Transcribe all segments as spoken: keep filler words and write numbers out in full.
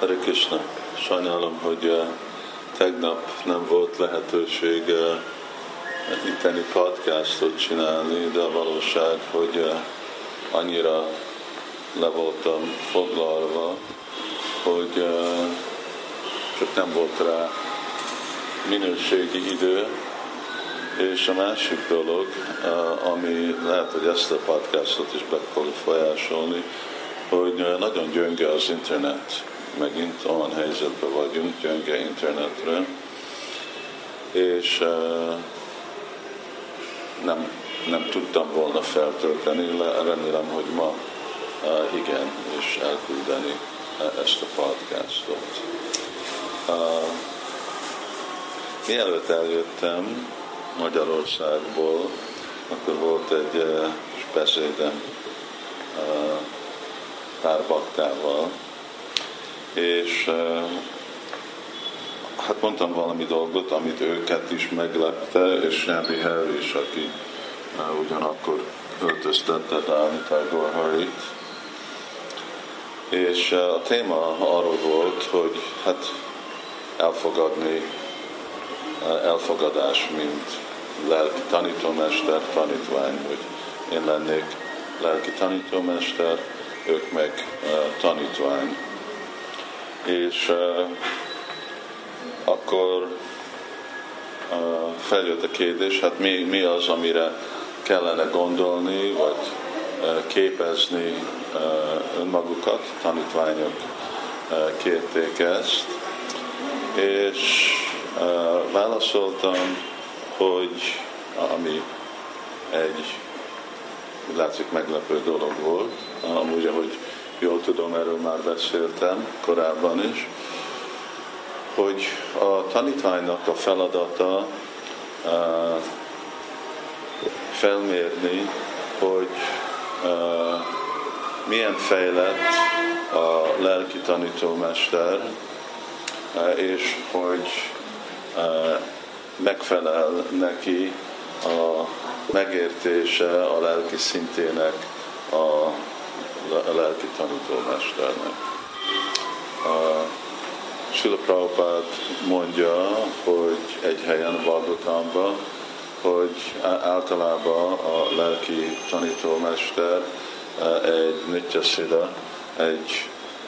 Hare Krishna. Sajnálom, hogy uh, tegnap nem volt lehetőség uh, itteni podcastot csinálni, de a valóság, hogy uh, annyira le voltam foglalva, hogy uh, csak nem volt rá minőségi idő. És a másik dolog, uh, ami lehet, hogy ezt a podcastot is be fog folyásolni, hogy uh, nagyon gyönge az internet. Megint olyan helyzetben vagyunk, gyönge internetre, és uh, nem, nem tudtam volna feltölteni, remélem, hogy ma uh, igen, és elküldeni uh, ezt a podcastot. Uh, mielőtt eljöttem Magyarországból, akkor volt egy uh, beszédem uh, pár baktával, és uh, hát mondtam valami dolgot, amit őket is meglepte, és Shambi Harry is, aki uh, ugyanakkor öltöztette Damodar Harit. És uh, a téma arról volt, hogy hát elfogadni, uh, elfogadás, mint lelki tanítómester, tanítvány, hogy én lennék lelki tanítómester, ők meg uh, tanítvány. És uh, akkor uh, feljött a kérdés, hát mi, mi az, amire kellene gondolni, vagy uh, képezni uh, önmagukat, tanítványok uh, kérték ezt, és uh, válaszoltam, hogy ami egy látszik meglepő dolog volt, amúgy, ahogy jól tudom, erről már beszéltem korábban is, hogy a tanítványnak a feladata uh, felmérni, hogy uh, milyen fejlett a lelki tanítómester, uh, és hogy uh, megfelel neki a megértése a lelki szintének a a lelki tanítómesternek. A Srila Prabhupád mondja, hogy egy helyen Bhagavatamban, hogy általában a lelki tanítómester egy nityasiddha, egy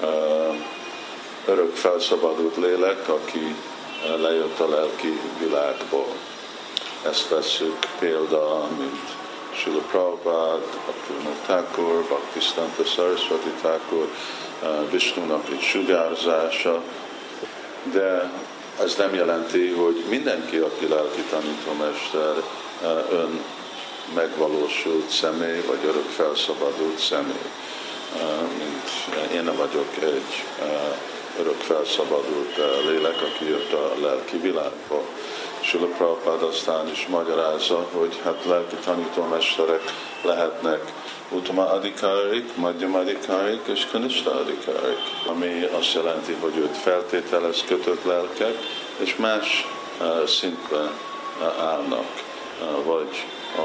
örök felszabadult lélek, aki lejött a lelki világból. Ezt vesszük példa, mint Srila Prabhupád, Bhaktivinoda Thakur, Bhaktisiddhanta Saraswati Thakur, Vishnunak egy sugárzása, de ez nem jelenti, hogy mindenki, aki lelki tanítómester, ön megvalósult személy, vagy örök felszabadult személy. Mint én nem vagyok egy örök felszabadult lélek, aki jött a lelki világból. Srila Prabhupád aztán is magyarázza, hogy hát lelki tanítómesterek lehetnek Uttama Adhikarik, Madhyama Adhikarik és Kanishta Adhikarik, ami azt jelenti, hogy őt feltételez kötött lelkek, és más uh, szintre uh, állnak, uh, vagy a,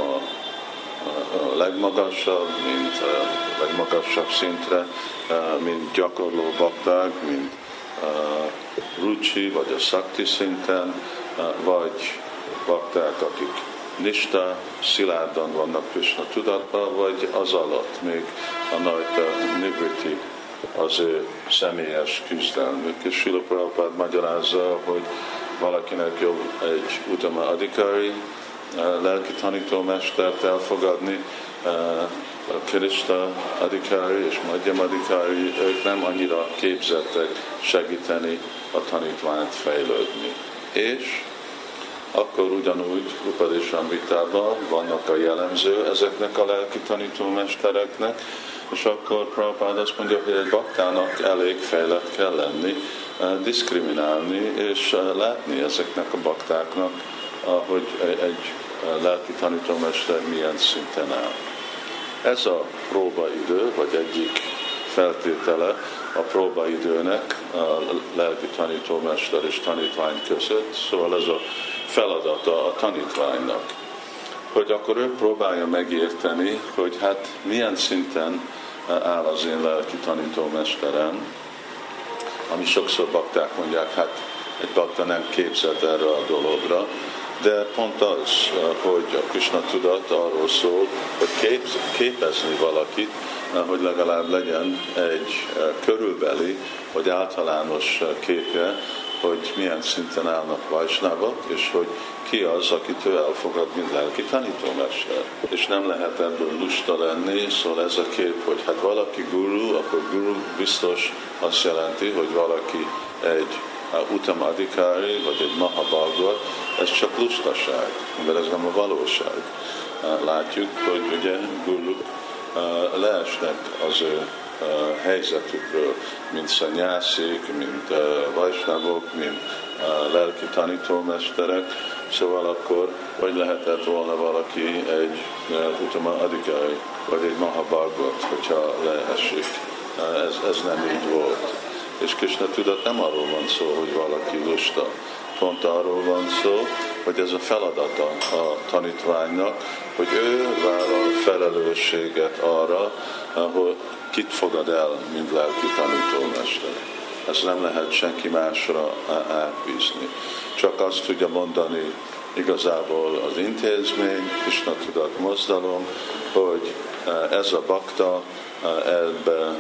a legmagasabb, mint a legmagasabb szintre, uh, mint gyakorló bakták, mint uh, Ruchi, vagy a Sakti szinten, vagy bakták, akik nista, szilárdan vannak Krishna tudatban, vagy az alatt még a Naita Nivriti, az ő személyes küzdelmük. És Srila Prabhupád magyarázza, hogy valakinek jobb egy Uttama Adhikari, lelki tanítómestert elfogadni, a Kanishta Adhikari és Madhyama Adhikari, ők nem annyira képzettek segíteni a tanítványt fejlődni. És akkor ugyanúgy Upadeshamritában vannak a jellemző ezeknek a lelki tanítómestereknek, és akkor Prabhupád azt mondja, hogy egy baktának elég fejlett kell lenni, diszkriminálni és látni ezeknek a baktáknak, hogy egy lelki tanítómester milyen szinten áll. Ez a próbaidő, vagy egyik feltétele a próbaidőnek a lelki tanítómester és tanítvány között, szóval ez a feladata a tanítványnak, hogy akkor ő próbálja megérteni, hogy hát milyen szinten áll az én lelki tanítómesterem, ami sokszor bakták mondják, hát egy bakta nem képzett erre a dologra, de pont az, hogy a Krishna tudat arról szól, hogy képz, képezni valakit, hogy legalább legyen egy körülbeli, vagy általános képje, hogy milyen szinten állnak vajsnávok, és hogy ki az, akit ő elfogad, mint lelki tanítómester. És nem lehet ebből lusta lenni, szóval ez a kép, hogy hát valaki guru, akkor guru biztos azt jelenti, hogy valaki egy Uttamadhikári, vagy egy Mahabharata, ez csak lustaság, mert ez nem a valóság. Látjuk, hogy ugye guruk leesnek az ő helyzetükről, mint szanyászik, mint vajsnávok, mint lelki tanítómesterek, szóval akkor vagy lehetett volna valaki egy Uttamadhikári, vagy egy Mahabharata, hogyha leesik. Ez, ez nem így volt. És Krishna tudat nem arról van szó, hogy valaki lusta. Pont arról van szó, hogy ez a feladata a tanítványnak, hogy ő vállal felelősséget arra, hogy kit fogad el, mint lelki tanítómester. Ezt nem lehet senki másra átbízni. Csak azt tudja mondani igazából az intézmény, Krishna tudat mozdalom, hogy ez a bakta ebbe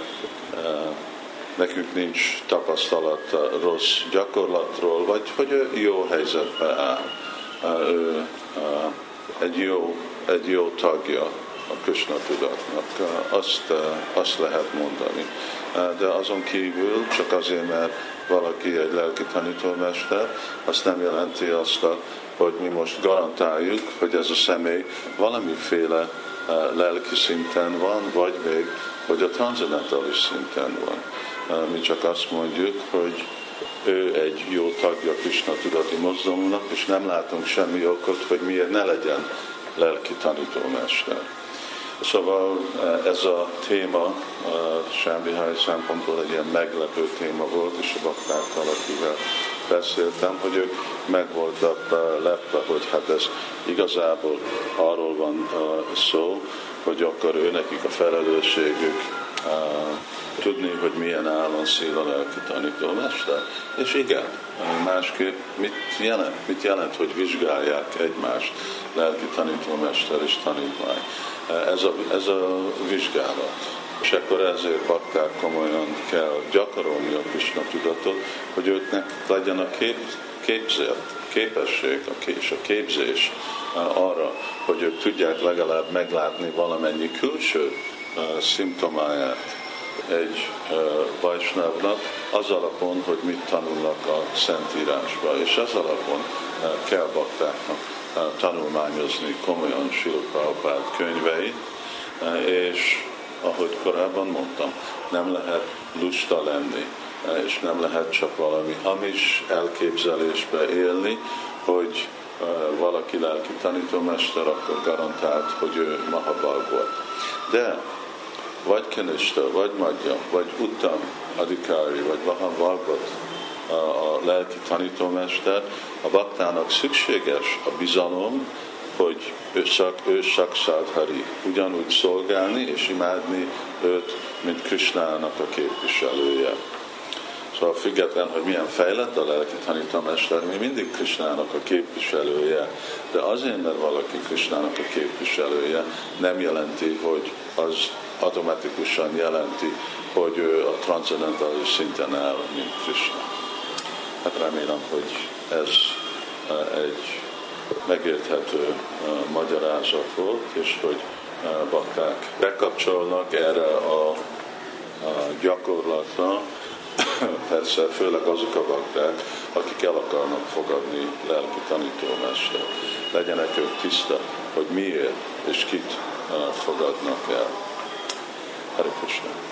nekünk nincs tapasztalat rossz gyakorlatról, vagy hogy ő jó helyzetben áll. Ő egy jó, egy jó tagja a Krishna tudatnak. Azt, azt lehet mondani. De azon kívül csak azért, mert valaki egy lelki tanítómester, azt nem jelenti azt, hogy mi most garantáljuk, hogy ez a személy valamiféle lelki szinten van, vagy még, hogy a transzendentális szinten van. Mi csak azt mondjuk, hogy ő egy jó tagja Krishna tudati mozdulomnak, és nem látunk semmi okot, hogy miért ne legyen lelki tanítómester. Szóval ez a téma Sámbihái szempontból egy ilyen meglepő téma volt, és a baktákkal, akivel beszéltem, hogy ők meg voltak lepve, hogy hát ez igazából arról van szó, hogy akkor ő nekik a felelősségük tudni, hogy milyen állon szél a lelki tanítómester. És igen, másképp mit jelent? Mit jelent, hogy vizsgálják egymást, lelki tanítómester és tanítvány? Ez a, ez a vizsgálat. És akkor ezért bakták komolyan kell gyakorolni a Krishna tudatot, hogy őknek legyen a kép, képzett, képesség és a képzés arra, hogy ők tudják legalább meglátni valamennyi külső szimptomáját egy vajsnávnak, az alapon, hogy mit tanulnak a Szentírásba, és az alapon kell baktáknak tanulmányozni komolyan Srila Prabhupád könyveit, és ahogy korábban mondtam, nem lehet lusta lenni, és nem lehet csak valami hamis elképzelésbe élni, hogy valaki lelki tanítómester, akkor garantált, hogy ő Mahabharata. De vagy Kanishta, vagy Madhya, vagy Uttamadhikári, vagy Mahabharata a lelki tanítómester, a baktának szükséges a bizalom, hogy ő csak, ő Saksát Hari, ugyanúgy szolgálni és imádni őt, mint Krishnának a képviselője. Szóval független, hogy milyen fejlett a lelki tanítómester, mi mindig Krishnának a képviselője, de azért, mert valaki Krishnának a képviselője, nem jelenti, hogy az automatikusan jelenti, hogy ő a transzendentális szinten áll, mint Krishna. Hát remélem, hogy ez egy megérthető magyarázat volt, és hogy bakták bekapcsolnak erre a, a gyakorlatra, persze főleg azok a bakták, akik el akarnak fogadni lelki tanítómester. Legyenek ők tiszta, hogy miért és kit fogadnak el. Hare Krishna.